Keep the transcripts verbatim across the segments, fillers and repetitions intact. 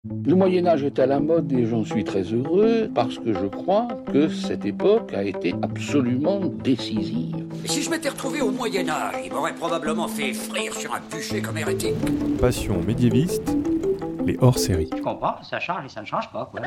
Le Moyen-Âge est à la mode et j'en suis très heureux parce que je crois que cette époque a été absolument décisive. Et si je m'étais retrouvé au Moyen-Âge, il m'aurait probablement fait frire sur un bûcher comme hérétique. Passion médiéviste, les hors-séries. Je comprends, ça change et ça ne change pas, quoi.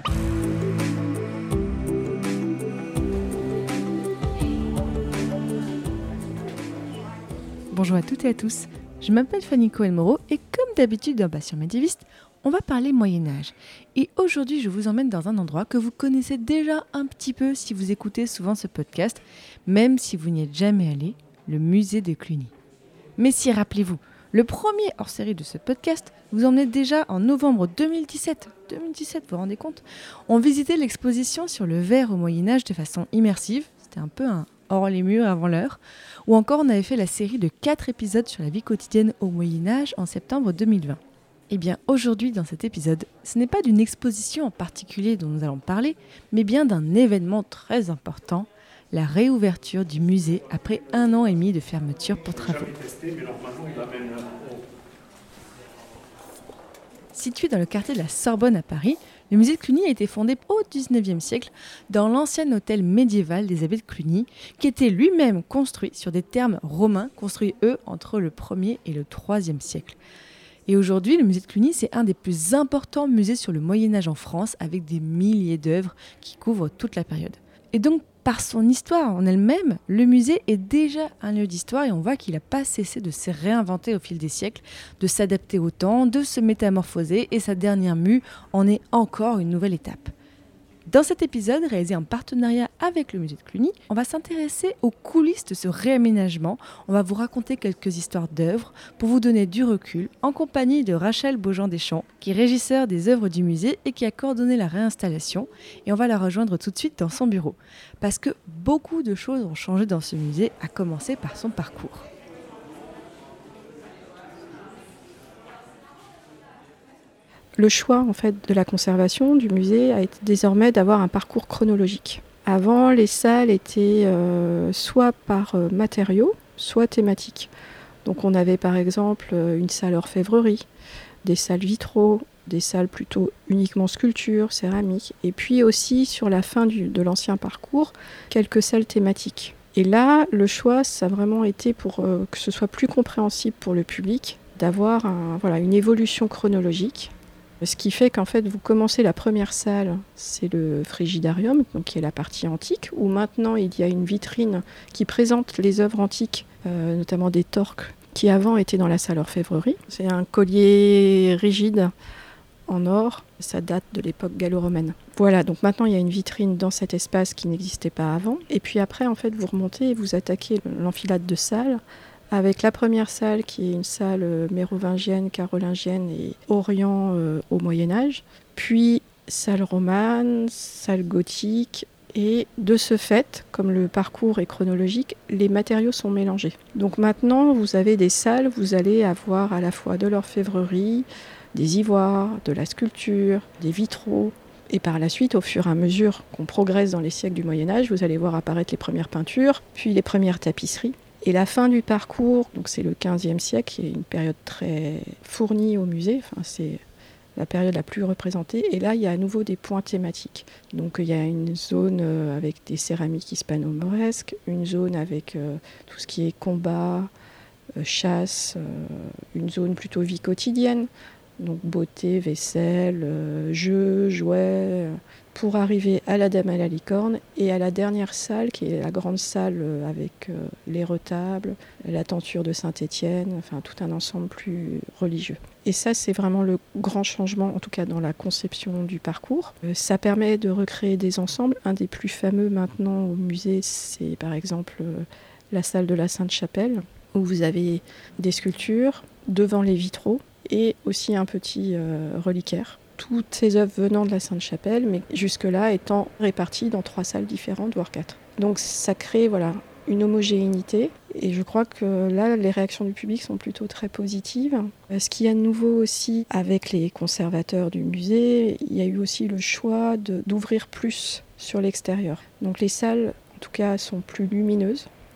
Bonjour à toutes et à tous, je m'appelle Fanny Cohen-Moreau et comme d'habitude dans Passion médiéviste, on va parler Moyen-Âge. Et aujourd'hui, je vous emmène dans un endroit que vous connaissez déjà un petit peu si vous écoutez souvent ce podcast, même si vous n'y êtes jamais allé, le musée de Cluny. Mais si, rappelez-vous, le premier hors-série de ce podcast vous emmenait déjà en novembre deux mille dix-sept. deux mille dix-sept, vous vous rendez compte ? On visitait l'exposition sur le verre au Moyen-Âge de façon immersive, c'était un peu un hors les murs avant l'heure, ou encore on avait fait la série de quatre épisodes sur la vie quotidienne au Moyen-Âge en septembre deux mille vingt. Eh bien, aujourd'hui, dans cet épisode, ce n'est pas d'une exposition en particulier dont nous allons parler, mais bien d'un événement très important, la réouverture du musée après un an et demi de fermeture pour travaux. Situé dans le quartier de la Sorbonne à Paris, le musée de Cluny a été fondé au dix-neuvième siècle dans l'ancien hôtel médiéval des abbés de Cluny, qui était lui-même construit sur des thermes romains, construits eux entre le premier et le troisième siècle. Et aujourd'hui, le musée de Cluny, c'est un des plus importants musées sur le Moyen-Âge en France, avec des milliers d'œuvres qui couvrent toute la période. Et donc, par son histoire en elle-même, le musée est déjà un lieu d'histoire et on voit qu'il n'a pas cessé de se réinventer au fil des siècles, de s'adapter au temps, de se métamorphoser, et sa dernière mue en est encore une nouvelle étape. Dans cet épisode, réalisé en partenariat avec le musée de Cluny, on va s'intéresser aux coulisses de ce réaménagement. On va vous raconter quelques histoires d'œuvres pour vous donner du recul, en compagnie de Rachel Beaujean-Deschamps, qui est régisseur des œuvres du musée et qui a coordonné la réinstallation. Et on va la rejoindre tout de suite dans son bureau. Parce que beaucoup de choses ont changé dans ce musée, à commencer par son parcours. Le choix en fait de la conservation du musée a été désormais d'avoir un parcours chronologique. Avant, les salles étaient euh, soit par euh, matériaux, soit thématiques. Donc on avait par exemple une salle orfèvrerie, des salles vitraux, des salles plutôt uniquement sculpture, céramique, et puis aussi sur la fin du, de l'ancien parcours, quelques salles thématiques. Et là, le choix, ça a vraiment été pour euh, que ce soit plus compréhensible pour le public, d'avoir un, voilà, une évolution chronologique. Ce qui fait qu'en fait, vous commencez la première salle, c'est le frigidarium, donc qui est la partie antique, où maintenant il y a une vitrine qui présente les œuvres antiques, euh, notamment des torques, qui avant étaient dans la salle orfèvrerie. C'est un collier rigide en or, ça date de l'époque gallo-romaine. Voilà, donc maintenant il y a une vitrine dans cet espace qui n'existait pas avant. Et puis après, en fait, vous remontez et vous attaquez l'enfilade de salles, avec la première salle qui est une salle mérovingienne, carolingienne et orient euh, au Moyen-Âge, puis salle romane, salle gothique, et de ce fait, comme le parcours est chronologique, les matériaux sont mélangés. Donc maintenant, vous avez des salles, vous allez avoir à la fois de l'orfèvrerie, des ivoires, de la sculpture, des vitraux, et par la suite, au fur et à mesure qu'on progresse dans les siècles du Moyen-Âge, vous allez voir apparaître les premières peintures, puis les premières tapisseries. Et la fin du parcours, donc c'est le quinzième siècle, qui est une période très fournie au musée, enfin, c'est la période la plus représentée. Et là, il y a à nouveau des points thématiques. Donc il y a une zone avec des céramiques hispano-mauresques, une zone avec euh, tout ce qui est combat, euh, chasse, euh, une zone plutôt vie quotidienne, donc beauté, vaisselle, euh, jeux, jouets, pour arriver à la Dame à la licorne et à la dernière salle, qui est la grande salle avec euh, les retables, la tenture de Saint-Étienne, enfin tout un ensemble plus religieux. Et ça, c'est vraiment le grand changement, en tout cas dans la conception du parcours. Euh, ça permet de recréer des ensembles. Un des plus fameux maintenant au musée, c'est par exemple euh, la salle de la Sainte-Chapelle, où vous avez des sculptures devant les vitraux et aussi un petit euh, reliquaire. Toutes ces œuvres venant de la Sainte-Chapelle, mais jusque-là étant réparties dans trois salles différentes, voire quatre. Donc ça crée voilà, une homogénéité, et je crois que là, les réactions du public sont plutôt très positives. Ce qu'il y a de nouveau aussi avec les conservateurs du musée, il y a eu aussi le choix de, d'ouvrir plus sur l'extérieur. Donc les salles, en tout cas, sont plus lumineuses.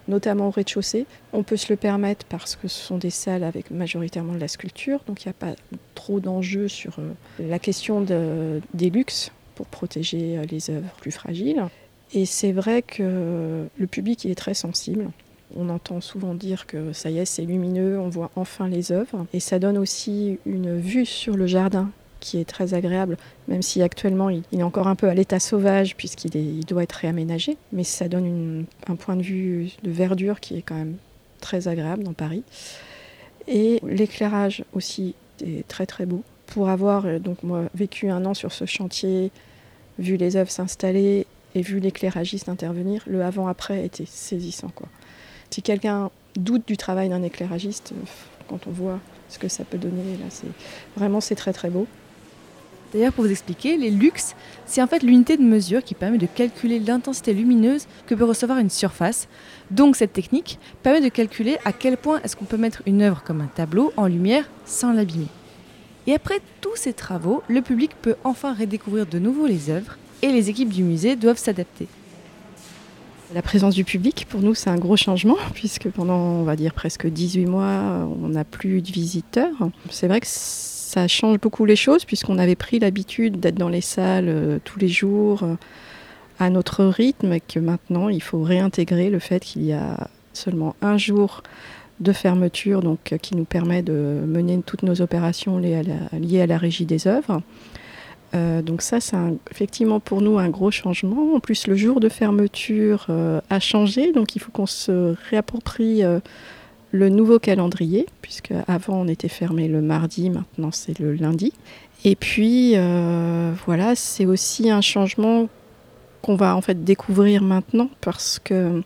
notamment au rez-de-chaussée. On peut se le permettre parce que ce sont des salles avec majoritairement de la sculpture, donc il n'y a pas trop d'enjeux sur euh, la question de, des luxes pour protéger les œuvres plus fragiles. Et c'est vrai que le public il est très sensible. On entend souvent dire que ça y est, c'est lumineux, on voit enfin les œuvres. Et ça donne aussi une vue sur le jardin qui est très agréable, même si actuellement il est encore un peu à l'état sauvage puisqu'il est, il doit être réaménagé. Mais ça donne une, un point de vue de verdure qui est quand même très agréable dans Paris. Et l'éclairage aussi est très très beau. Pour avoir donc moi vécu un an sur ce chantier, vu les œuvres s'installer et vu l'éclairagiste intervenir, le avant-après était saisissant, quoi. Si quelqu'un doute du travail d'un éclairagiste, quand on voit ce que ça peut donner, là, c'est vraiment c'est très très beau. D'ailleurs, pour vous expliquer, les luxes, c'est en fait l'unité de mesure qui permet de calculer l'intensité lumineuse que peut recevoir une surface. Donc cette technique permet de calculer à quel point est-ce qu'on peut mettre une œuvre comme un tableau en lumière sans l'abîmer. Et après tous ces travaux, le public peut enfin redécouvrir de nouveau les œuvres et les équipes du musée doivent s'adapter. La présence du public, pour nous, c'est un gros changement, puisque pendant, on va dire, presque dix-huit mois, on n'a plus de visiteurs. C'est vrai que ça change beaucoup les choses, puisqu'on avait pris l'habitude d'être dans les salles euh, tous les jours, euh, à notre rythme, et que maintenant, il faut réintégrer le fait qu'il y a seulement un jour de fermeture, donc, qui nous permet de mener toutes nos opérations liées à la, liées à la régie des œuvres. Euh, donc ça, c'est un, effectivement pour nous un gros changement. En plus, le jour de fermeture euh, a changé, donc il faut qu'on se réapproprie euh, le nouveau calendrier, puisque avant on était fermé le mardi, maintenant c'est le lundi. Et puis euh, voilà, c'est aussi un changement qu'on va en fait découvrir maintenant, parce que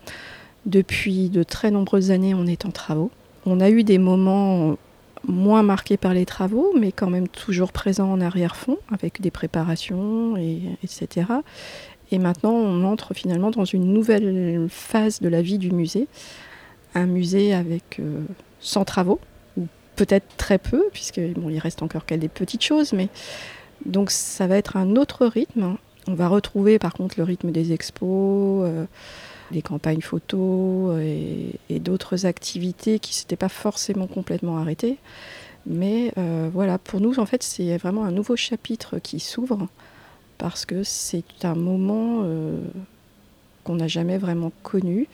depuis de très nombreuses années, on est en travaux. On a eu des moments moins marqués par les travaux, mais quand même toujours présents en arrière-fond, avec des préparations, et, etc. Et maintenant, on entre finalement dans une nouvelle phase de la vie du musée. Un musée avec euh, sans travaux, ou peut-être très peu, puisque bon, il reste encore quelques petites choses, mais donc ça va être un autre rythme. On va retrouver par contre le rythme des expos, euh, les campagnes photos et, et d'autres activités qui ne s'étaient pas forcément complètement arrêtées. Mais euh, voilà, pour nous, en fait, c'est vraiment un nouveau chapitre qui s'ouvre, parce que c'est un moment euh, qu'on n'a jamais vraiment connu,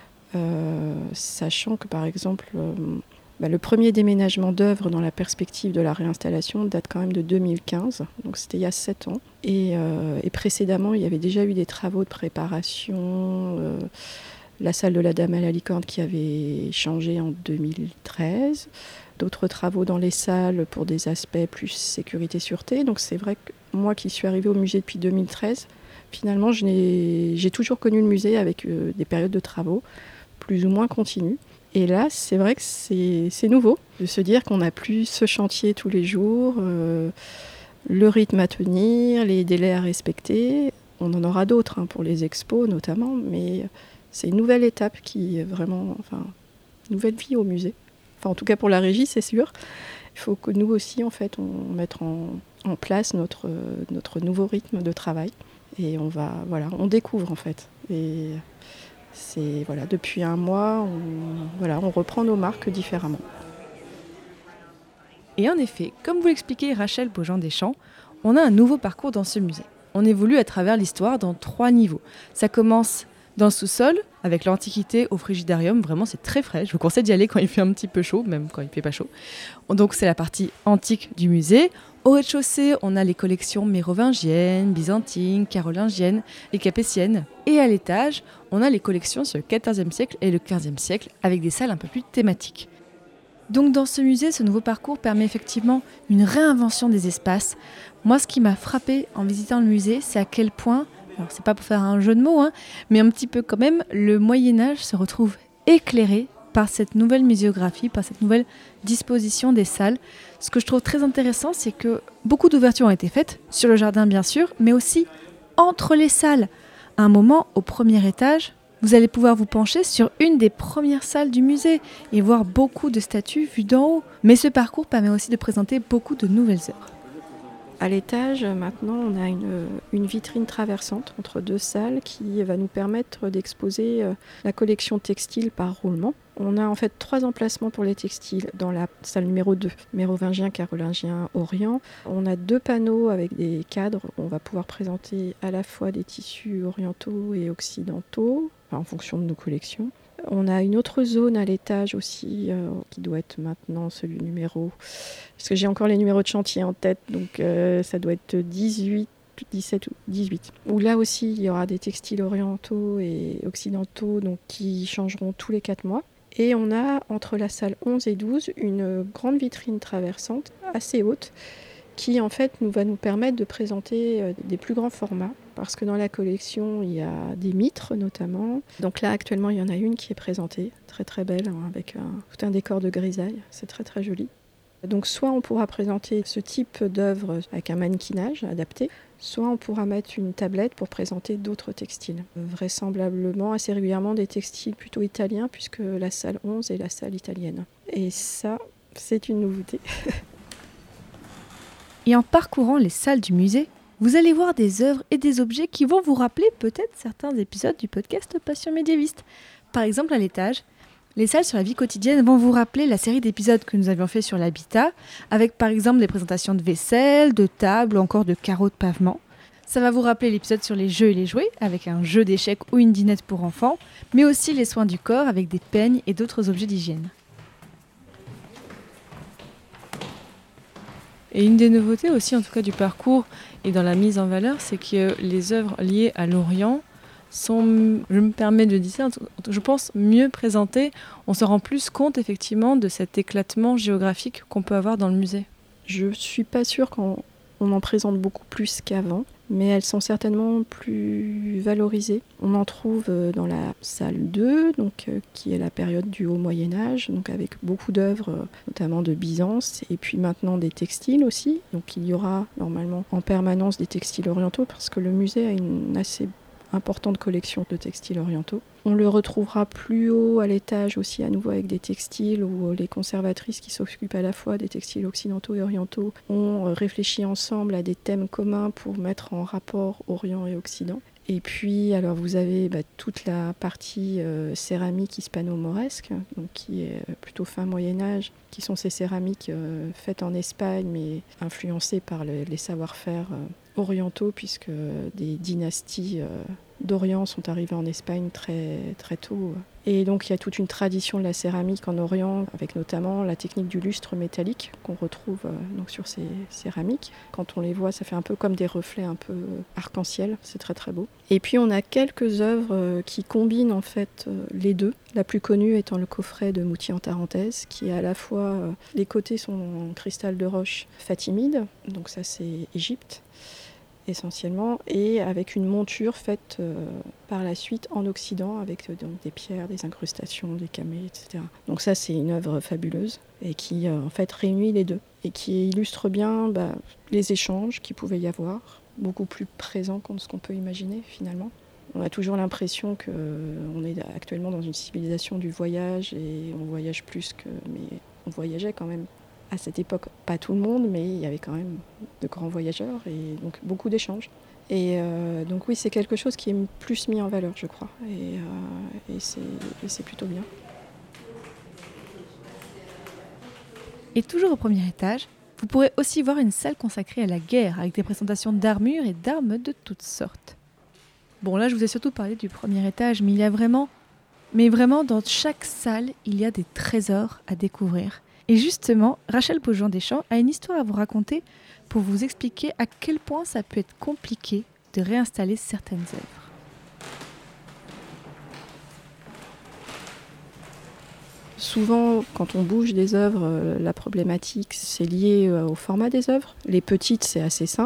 euh, sachant que, par exemple, euh, bah, le premier déménagement d'œuvres dans la perspective de la réinstallation date quand même de deux mille quinze, donc c'était il y a sept ans. Et, euh, et précédemment, il y avait déjà eu des travaux de préparation, euh, la salle de la Dame à la Licorne qui avait changé en deux mille treize, d'autres travaux dans les salles pour des aspects plus sécurité-sûreté. Donc c'est vrai que moi qui suis arrivée au musée depuis deux mille treize, finalement je n'ai, j'ai toujours connu le musée avec euh, des périodes de travaux plus ou moins continues. Et là, c'est vrai que c'est, c'est nouveau de se dire qu'on n'a plus ce chantier tous les jours, euh, le rythme à tenir, les délais à respecter. On en aura d'autres hein, pour les expos notamment, mais c'est une nouvelle étape qui est vraiment, enfin, une nouvelle vie au musée. Enfin, en tout cas pour la régie, c'est sûr. Il faut que nous aussi, en fait, on mette en, en place notre, notre nouveau rythme de travail. Et on va, voilà, on découvre en fait. Et c'est, voilà, depuis un mois, on, voilà, on reprend nos marques différemment. Et en effet, comme vous l'expliquait Rachel Beaujean-Deschamps, on a un nouveau parcours dans ce musée. On évolue à travers l'histoire dans trois niveaux. Ça commence dans le sous-sol, avec l'Antiquité au Frigidarium. Vraiment, c'est très frais. Je vous conseille d'y aller quand il fait un petit peu chaud, même quand il ne fait pas chaud. Donc, c'est la partie antique du musée. Au rez-de-chaussée, on a les collections mérovingiennes, byzantines, carolingiennes et capétiennes. Et à l'étage, on a les collections sur le quatorzième siècle et le quinzième siècle, avec des salles un peu plus thématiques. Donc dans ce musée, ce nouveau parcours permet effectivement une réinvention des espaces. Moi, ce qui m'a frappé en visitant le musée, c'est à quel point, alors c'est pas pour faire un jeu de mots, hein, mais un petit peu quand même, le Moyen-Âge se retrouve éclairé par cette nouvelle muséographie, par cette nouvelle disposition des salles. Ce que je trouve très intéressant, c'est que beaucoup d'ouvertures ont été faites, sur le jardin bien sûr, mais aussi entre les salles. À un moment, au premier étage, vous allez pouvoir vous pencher sur une des premières salles du musée et voir beaucoup de statues vues d'en haut. Mais ce parcours permet aussi de présenter beaucoup de nouvelles œuvres. À l'étage, maintenant, on a une, une vitrine traversante entre deux salles qui va nous permettre d'exposer la collection textile par roulement. On a en fait trois emplacements pour les textiles dans la salle numéro deux, mérovingien, carolingien, orient. On a deux panneaux avec des cadres. On va pouvoir présenter à la fois des tissus orientaux et occidentaux, enfin, en fonction de nos collections. On a une autre zone à l'étage aussi, euh, qui doit être maintenant celui numéro... Parce que j'ai encore les numéros de chantier en tête, donc euh, ça doit être dix-huit, dix-sept ou dix-huit. Où là aussi, il y aura des textiles orientaux et occidentaux donc, qui changeront tous les quatre mois. Et on a, entre la salle onze et douze, une grande vitrine traversante, assez haute, qui en fait nous va nous permettre de présenter euh, des plus grands formats. Parce que dans la collection, il y a des mitres notamment. Donc là, actuellement, il y en a une qui est présentée, très très belle, hein, avec un, tout un décor de grisaille. C'est très très joli. Donc soit on pourra présenter ce type d'œuvre avec un mannequinage adapté, soit on pourra mettre une tablette pour présenter d'autres textiles. Vraisemblablement, assez régulièrement, des textiles plutôt italiens, puisque la salle onze est la salle italienne. Et ça, c'est une nouveauté. Et en parcourant les salles du musée, vous allez voir des œuvres et des objets qui vont vous rappeler peut-être certains épisodes du podcast Passion médiéviste. Par exemple, à l'étage, les salles sur la vie quotidienne vont vous rappeler la série d'épisodes que nous avions fait sur l'habitat, avec par exemple des présentations de vaisselle, de tables ou encore de carreaux de pavement. Ça va vous rappeler l'épisode sur les jeux et les jouets, avec un jeu d'échecs ou une dinette pour enfants, mais aussi les soins du corps avec des peignes et d'autres objets d'hygiène. Et une des nouveautés aussi, en tout cas du parcours et dans la mise en valeur, c'est que les œuvres liées à l'Orient sont, je me permets de dire ça, je pense mieux présentées. On se rend plus compte effectivement de cet éclatement géographique qu'on peut avoir dans le musée. Je ne suis pas sûre qu'on on en présente beaucoup plus qu'avant, mais elles sont certainement plus valorisées. On en trouve dans la salle deux, donc, euh, qui est la période du Haut Moyen-Âge, donc avec beaucoup d'œuvres, euh, notamment de Byzance, et puis maintenant des textiles aussi. Donc il y aura normalement en permanence des textiles orientaux, parce que le musée a une assez importante collection de textiles orientaux. On le retrouvera plus haut à l'étage aussi à nouveau avec des textiles où les conservatrices qui s'occupent à la fois des textiles occidentaux et orientaux ont réfléchi ensemble à des thèmes communs pour mettre en rapport Orient et Occident. Et puis, alors vous avez bah, toute la partie euh, céramique hispano-mauresque, donc qui est plutôt fin Moyen-Âge, qui sont ces céramiques euh, faites en Espagne, mais influencées par le, les savoir-faire euh, orientaux, puisque des dynasties euh, d'Orient sont arrivées en Espagne très, très tôt. Et donc il y a toute une tradition de la céramique en Orient, avec notamment la technique du lustre métallique qu'on retrouve euh, donc sur ces céramiques. Quand on les voit, ça fait un peu comme des reflets un peu arc-en-ciel, c'est très très beau. Et puis on a quelques œuvres euh, qui combinent en fait euh, les deux. La plus connue étant le coffret de Moutier en Tarentaise, qui est à la fois, euh, les côtés sont en cristal de roche fatimide, donc ça c'est Égypte essentiellement, et avec une monture faite euh, par la suite en Occident, avec euh, donc, des pierres, des incrustations, des camées, et cetera. Donc ça, c'est une œuvre fabuleuse, et qui euh, en fait réunit les deux, et qui illustre bien bah, les échanges qu'il pouvait y avoir, beaucoup plus présents que ce qu'on peut imaginer finalement. On a toujours l'impression qu'on euh, est actuellement dans une civilisation du voyage, et on voyage plus que... mais on voyageait quand même. À cette époque, pas tout le monde, mais il y avait quand même de grands voyageurs et donc beaucoup d'échanges. Et euh, donc oui, c'est quelque chose qui est plus mis en valeur, je crois. Et, euh, et, c'est, et c'est plutôt bien. Et toujours au premier étage, vous pourrez aussi voir une salle consacrée à la guerre, avec des présentations d'armures et d'armes de toutes sortes. Bon, là, je vous ai surtout parlé du premier étage, mais il y a vraiment... Mais vraiment, dans chaque salle, il y a des trésors à découvrir. Et justement, Rachel Beaujean-Deschamps a une histoire à vous raconter pour vous expliquer à quel point ça peut être compliqué de réinstaller certaines œuvres. Souvent, quand on bouge des œuvres, la problématique, c'est lié au format des œuvres. Les petites, c'est assez simple.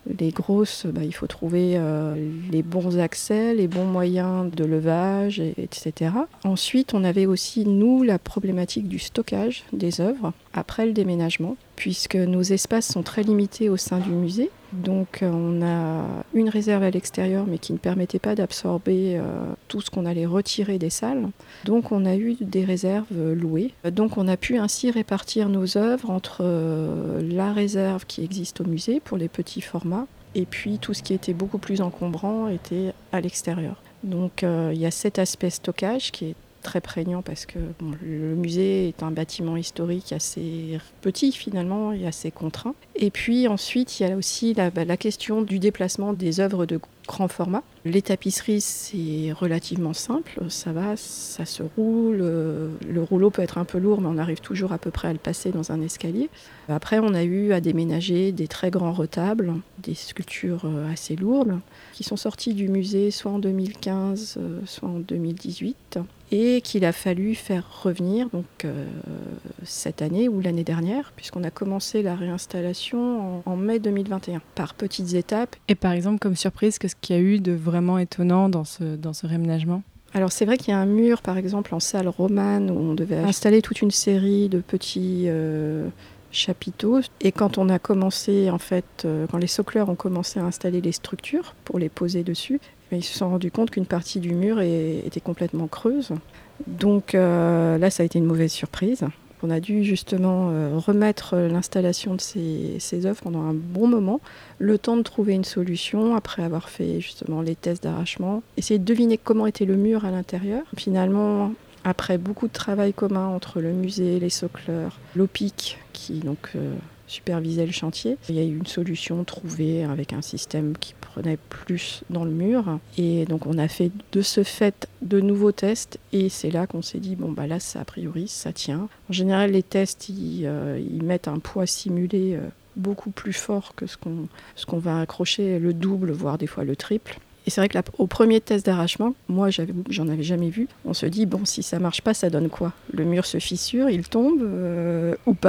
Les grosses, bah, il faut trouver euh, les bons accès, les bons moyens de levage, et, etc. Ensuite, on avait aussi, nous, la problématique du stockage des œuvres après le déménagement, puisque nos espaces sont très limités au sein du musée. Donc on a une réserve à l'extérieur, mais qui ne permettait pas d'absorber euh, tout ce qu'on allait retirer des salles. Donc on a eu des réserves louées. Donc on a pu ainsi répartir nos œuvres entre euh, la réserve qui existe au musée pour les petits formats, et puis tout ce qui était beaucoup plus encombrant était à l'extérieur. Donc euh, il y a cet aspect stockage qui est très prégnant parce que bon, le musée est un bâtiment historique assez petit finalement et assez contraint. Et puis ensuite, il y a aussi la, bah, la question du déplacement des œuvres de grand format. Les tapisseries, c'est relativement simple, ça va, ça se roule. Le rouleau peut être un peu lourd, mais on arrive toujours à peu près à le passer dans un escalier. Après, on a eu à déménager des très grands retables, des sculptures assez lourdes, qui sont sorties du musée soit en deux mille quinze, soit en deux mille dix-huit, et qu'il a fallu faire revenir donc, euh, cette année ou l'année dernière, puisqu'on a commencé la réinstallation en, en mai deux mille vingt et un, par petites étapes. Et par exemple, comme surprise, qu'est-ce qu'il y a eu de vraiment étonnant dans ce, dans ce réaménagement ? Alors c'est vrai qu'il y a un mur, par exemple, en salle romane, où on devait installer toute une série de petits euh, chapiteaux. Et quand on a commencé, en fait, euh, quand les socleurs ont commencé à installer les structures pour les poser dessus, ils se sont rendus compte qu'une partie du mur est, était complètement creuse. Donc euh, là, ça a été une mauvaise surprise. On a dû justement euh, remettre l'installation de ces, ces œuvres pendant un bon moment, le temps de trouver une solution, après avoir fait justement les tests d'arrachement, essayer de deviner comment était le mur à l'intérieur. Finalement, après beaucoup de travail commun entre le musée, les socleurs, l'O P I C, qui donc euh, supervisait le chantier, il y a eu une solution trouvée avec un système qui prenait plus dans le mur. Et donc on a fait de ce fait de nouveaux tests, et c'est là qu'on s'est dit, bon bah là, ça, a priori, ça tient. En général, les tests, ils, euh, ils mettent un poids simulé euh, beaucoup plus fort que ce qu'on, ce qu'on va accrocher, le double, voire des fois le triple. Et c'est vrai que là, au premier test d'arrachement, moi, j'avais, j'en avais jamais vu. On se dit, bon, si ça marche pas, ça donne quoi ? Le mur se fissure, il tombe euh, ou pas ?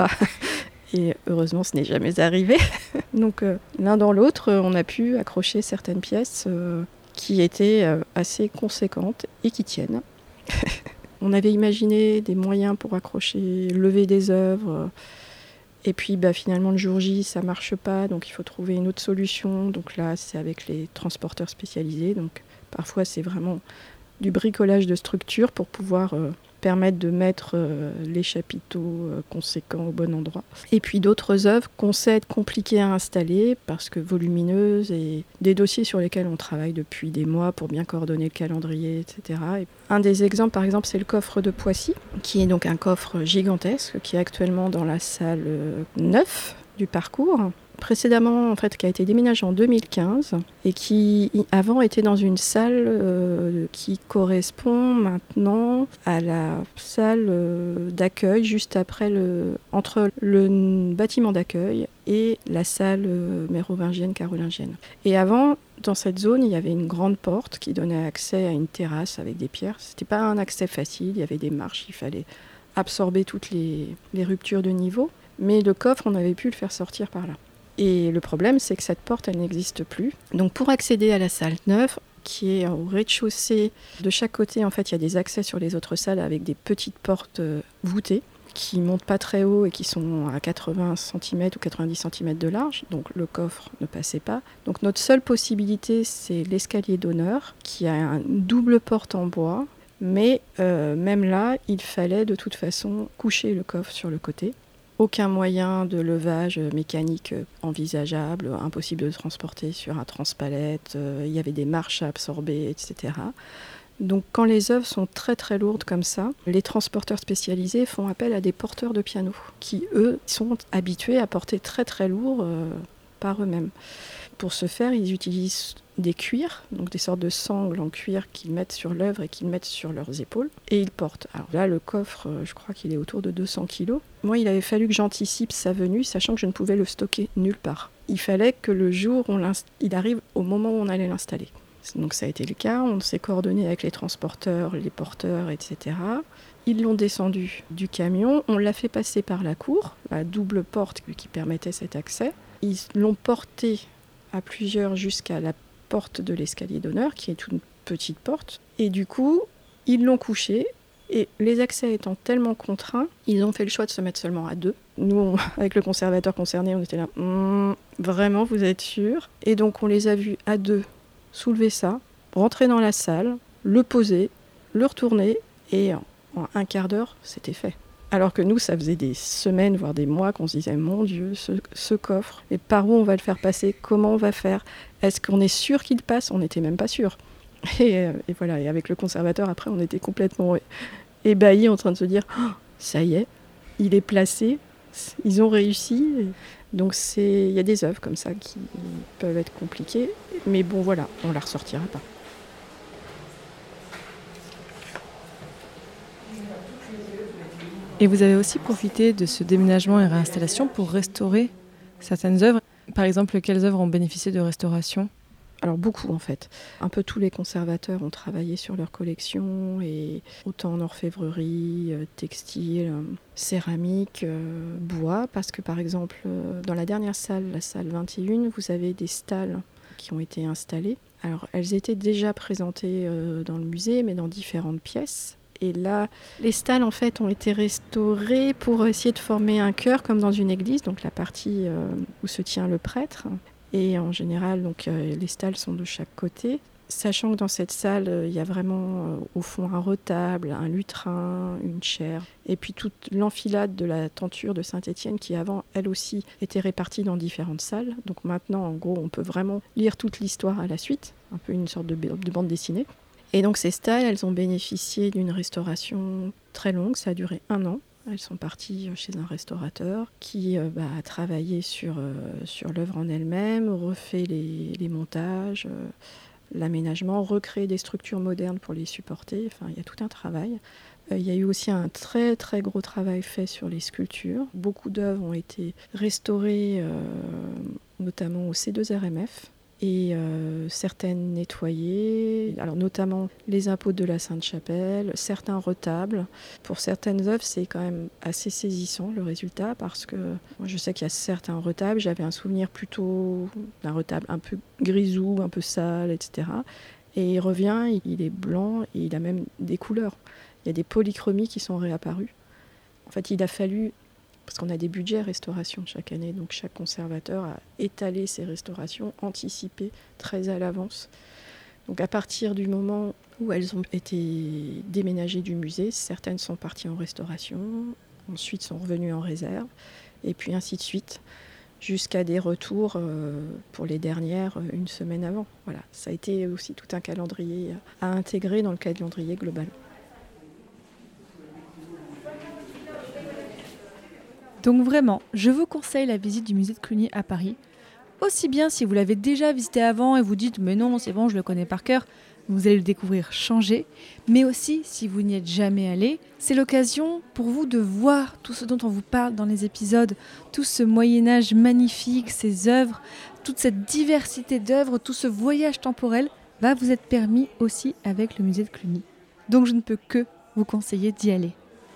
Et heureusement, ce n'est jamais arrivé. Donc, euh, l'un dans l'autre, on a pu accrocher certaines pièces euh, qui étaient euh, assez conséquentes et qui tiennent. On avait imaginé des moyens pour accrocher, lever des œuvres. Et puis, bah, finalement, le jour J, ça ne marche pas. Donc, il faut trouver une autre solution. Donc là, c'est avec les transporteurs spécialisés. Donc, parfois, c'est vraiment du bricolage de structures pour pouvoir euh, permettre de mettre euh, les chapiteaux euh, conséquents au bon endroit. Et puis d'autres œuvres qu'on sait être compliquées à installer parce que volumineuses, et des dossiers sur lesquels on travaille depuis des mois pour bien coordonner le calendrier, et cetera. Et un des exemples, par exemple, c'est le coffre de Poissy, qui est donc un coffre gigantesque qui est actuellement dans la salle euh, neuf du parcours. Précédemment, en fait, qui a été déménagé en deux mille quinze et qui, avant, était dans une salle euh, qui correspond maintenant à la salle euh, d'accueil, juste après, le, entre le bâtiment d'accueil et la salle euh, mérovingienne carolingienne. Et avant, dans cette zone, il y avait une grande porte qui donnait accès à une terrasse avec des pierres. Ce n'était pas un accès facile, il y avait des marches, il fallait absorber toutes les, les ruptures de niveau. Mais le coffre, on avait pu le faire sortir par là. Et le problème, c'est que cette porte, elle n'existe plus. Donc pour accéder à la salle neuve, qui est au rez-de-chaussée, de chaque côté, en fait, il y a des accès sur les autres salles avec des petites portes euh, voûtées qui ne montent pas très haut et qui sont à quatre-vingts centimètres ou quatre-vingt-dix centimètres de large. Donc le coffre ne passait pas. Donc notre seule possibilité, c'est l'escalier d'honneur, qui a une double porte en bois. Mais euh, même là, il fallait de toute façon coucher le coffre sur le côté. Aucun moyen de levage mécanique envisageable, impossible de transporter sur un transpalette, euh, il y avait des marches à absorber, et cetera. Donc quand les œuvres sont très très lourdes comme ça, les transporteurs spécialisés font appel à des porteurs de piano, qui eux sont habitués à porter très très lourd euh, par eux-mêmes. Pour ce faire, ils utilisent des cuirs, donc des sortes de sangles en cuir qu'ils mettent sur l'œuvre et qu'ils mettent sur leurs épaules, et ils portent. Alors là, le coffre, je crois qu'il est autour de deux cents kilos. Moi, il avait fallu que j'anticipe sa venue, sachant que je ne pouvais le stocker nulle part. Il fallait que le jour, on il arrive au moment où on allait l'installer. Donc ça a été le cas, on s'est coordonné avec les transporteurs, les porteurs, et cetera. Ils l'ont descendu du camion, on l'a fait passer par la cour, la double porte qui permettait cet accès. Ils l'ont porté à plusieurs jusqu'à la porte de l'escalier d'honneur, qui est une petite porte. Et du coup, ils l'ont couché. Et les accès étant tellement contraints, ils ont fait le choix de se mettre seulement à deux. Nous, on, avec le conservateur concerné, on était là, mmm, vraiment, vous êtes sûr? Et donc, on les a vus à deux soulever ça, rentrer dans la salle, le poser, le retourner, et en, en un quart d'heure, c'était fait. Alors que nous, ça faisait des semaines, voire des mois, qu'on se disait, mon Dieu, ce, ce coffre, et par où on va le faire passer? Comment on va faire? Est-ce qu'on est sûr qu'il passe? On n'était même pas sûr. Et, et voilà, et avec le conservateur, après, on était complètement ébahis en train de se dire, oh, ça y est, il est placé, ils ont réussi. Donc il y a des œuvres comme ça qui peuvent être compliquées, mais bon voilà, on la ressortira pas. Et vous avez aussi profité de ce déménagement et réinstallation pour restaurer certaines œuvres. Par exemple, quelles œuvres ont bénéficié de restauration ? Alors beaucoup en fait. Un peu tous les conservateurs ont travaillé sur leur collection, et autant en orfèvrerie, textile, céramique, euh, bois, parce que par exemple dans la dernière salle, la salle vingt et un, vous avez des stalles qui ont été installées. Alors elles étaient déjà présentées euh, dans le musée, mais dans différentes pièces. Et là, les stalles en fait ont été restaurées pour essayer de former un chœur comme dans une église, donc la partie euh, où se tient le prêtre. Et en général, donc, euh, les stalles sont de chaque côté. Sachant que dans cette salle, euh, il y a vraiment euh, au fond un retable, un lutrin, une chaire. Et puis toute l'enfilade de la tenture de Saint-Étienne qui avant, elle aussi, était répartie dans différentes salles. Donc maintenant, en gros, on peut vraiment lire toute l'histoire à la suite. Un peu une sorte de, de bande dessinée. Et donc ces stalles, elles ont bénéficié d'une restauration très longue. Ça a duré un an. Elles sont parties chez un restaurateur qui euh, bah, a travaillé sur, euh, sur l'œuvre en elle-même, refait les, les montages, euh, l'aménagement, recréé des structures modernes pour les supporter. Enfin, il y a tout un travail. Euh, il y a eu aussi un très très gros travail fait sur les sculptures. Beaucoup d'œuvres ont été restaurées, euh, notamment au C deux R M F. Et euh, certaines nettoyées, alors notamment les apôtres de la Sainte-Chapelle, certains retables. Pour certaines œuvres, c'est quand même assez saisissant le résultat, parce que moi, je sais qu'il y a certains retables, j'avais un souvenir plutôt d'un retable un peu grisou, un peu sale, et cetera. Et il revient, il est blanc et il a même des couleurs. Il y a des polychromies qui sont réapparues. En fait, il a fallu... Parce qu'on a des budgets restauration chaque année, donc chaque conservateur a étalé ses restaurations, anticipé très à l'avance. Donc à partir du moment où elles ont été déménagées du musée, certaines sont parties en restauration, ensuite sont revenues en réserve, et puis ainsi de suite, jusqu'à des retours euh, pour les dernières une semaine avant. Voilà, ça a été aussi tout un calendrier à intégrer dans le calendrier global. Donc vraiment, je vous conseille la visite du musée de Cluny à Paris. Aussi bien si vous l'avez déjà visité avant et vous dites « mais non, c'est bon, je le connais par cœur », vous allez le découvrir changé. Mais aussi, si vous n'y êtes jamais allé, c'est l'occasion pour vous de voir tout ce dont on vous parle dans les épisodes, tout ce Moyen-Âge magnifique, ces œuvres, toute cette diversité d'œuvres, tout ce voyage temporel va vous être permis aussi avec le musée de Cluny. Donc je ne peux que vous conseiller d'y aller.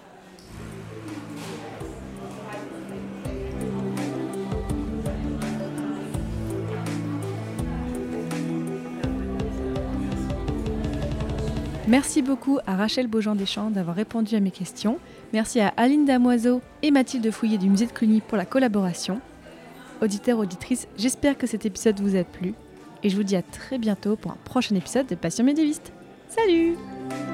Merci beaucoup à Rachel Beaujean-Deschamps d'avoir répondu à mes questions. Merci à Aline Damoiseau et Mathilde Fouillet du musée de Cluny pour la collaboration. Auditeurs, auditrices, j'espère que cet épisode vous a plu. Et je vous dis à très bientôt pour un prochain épisode de Passion médiéviste. Salut!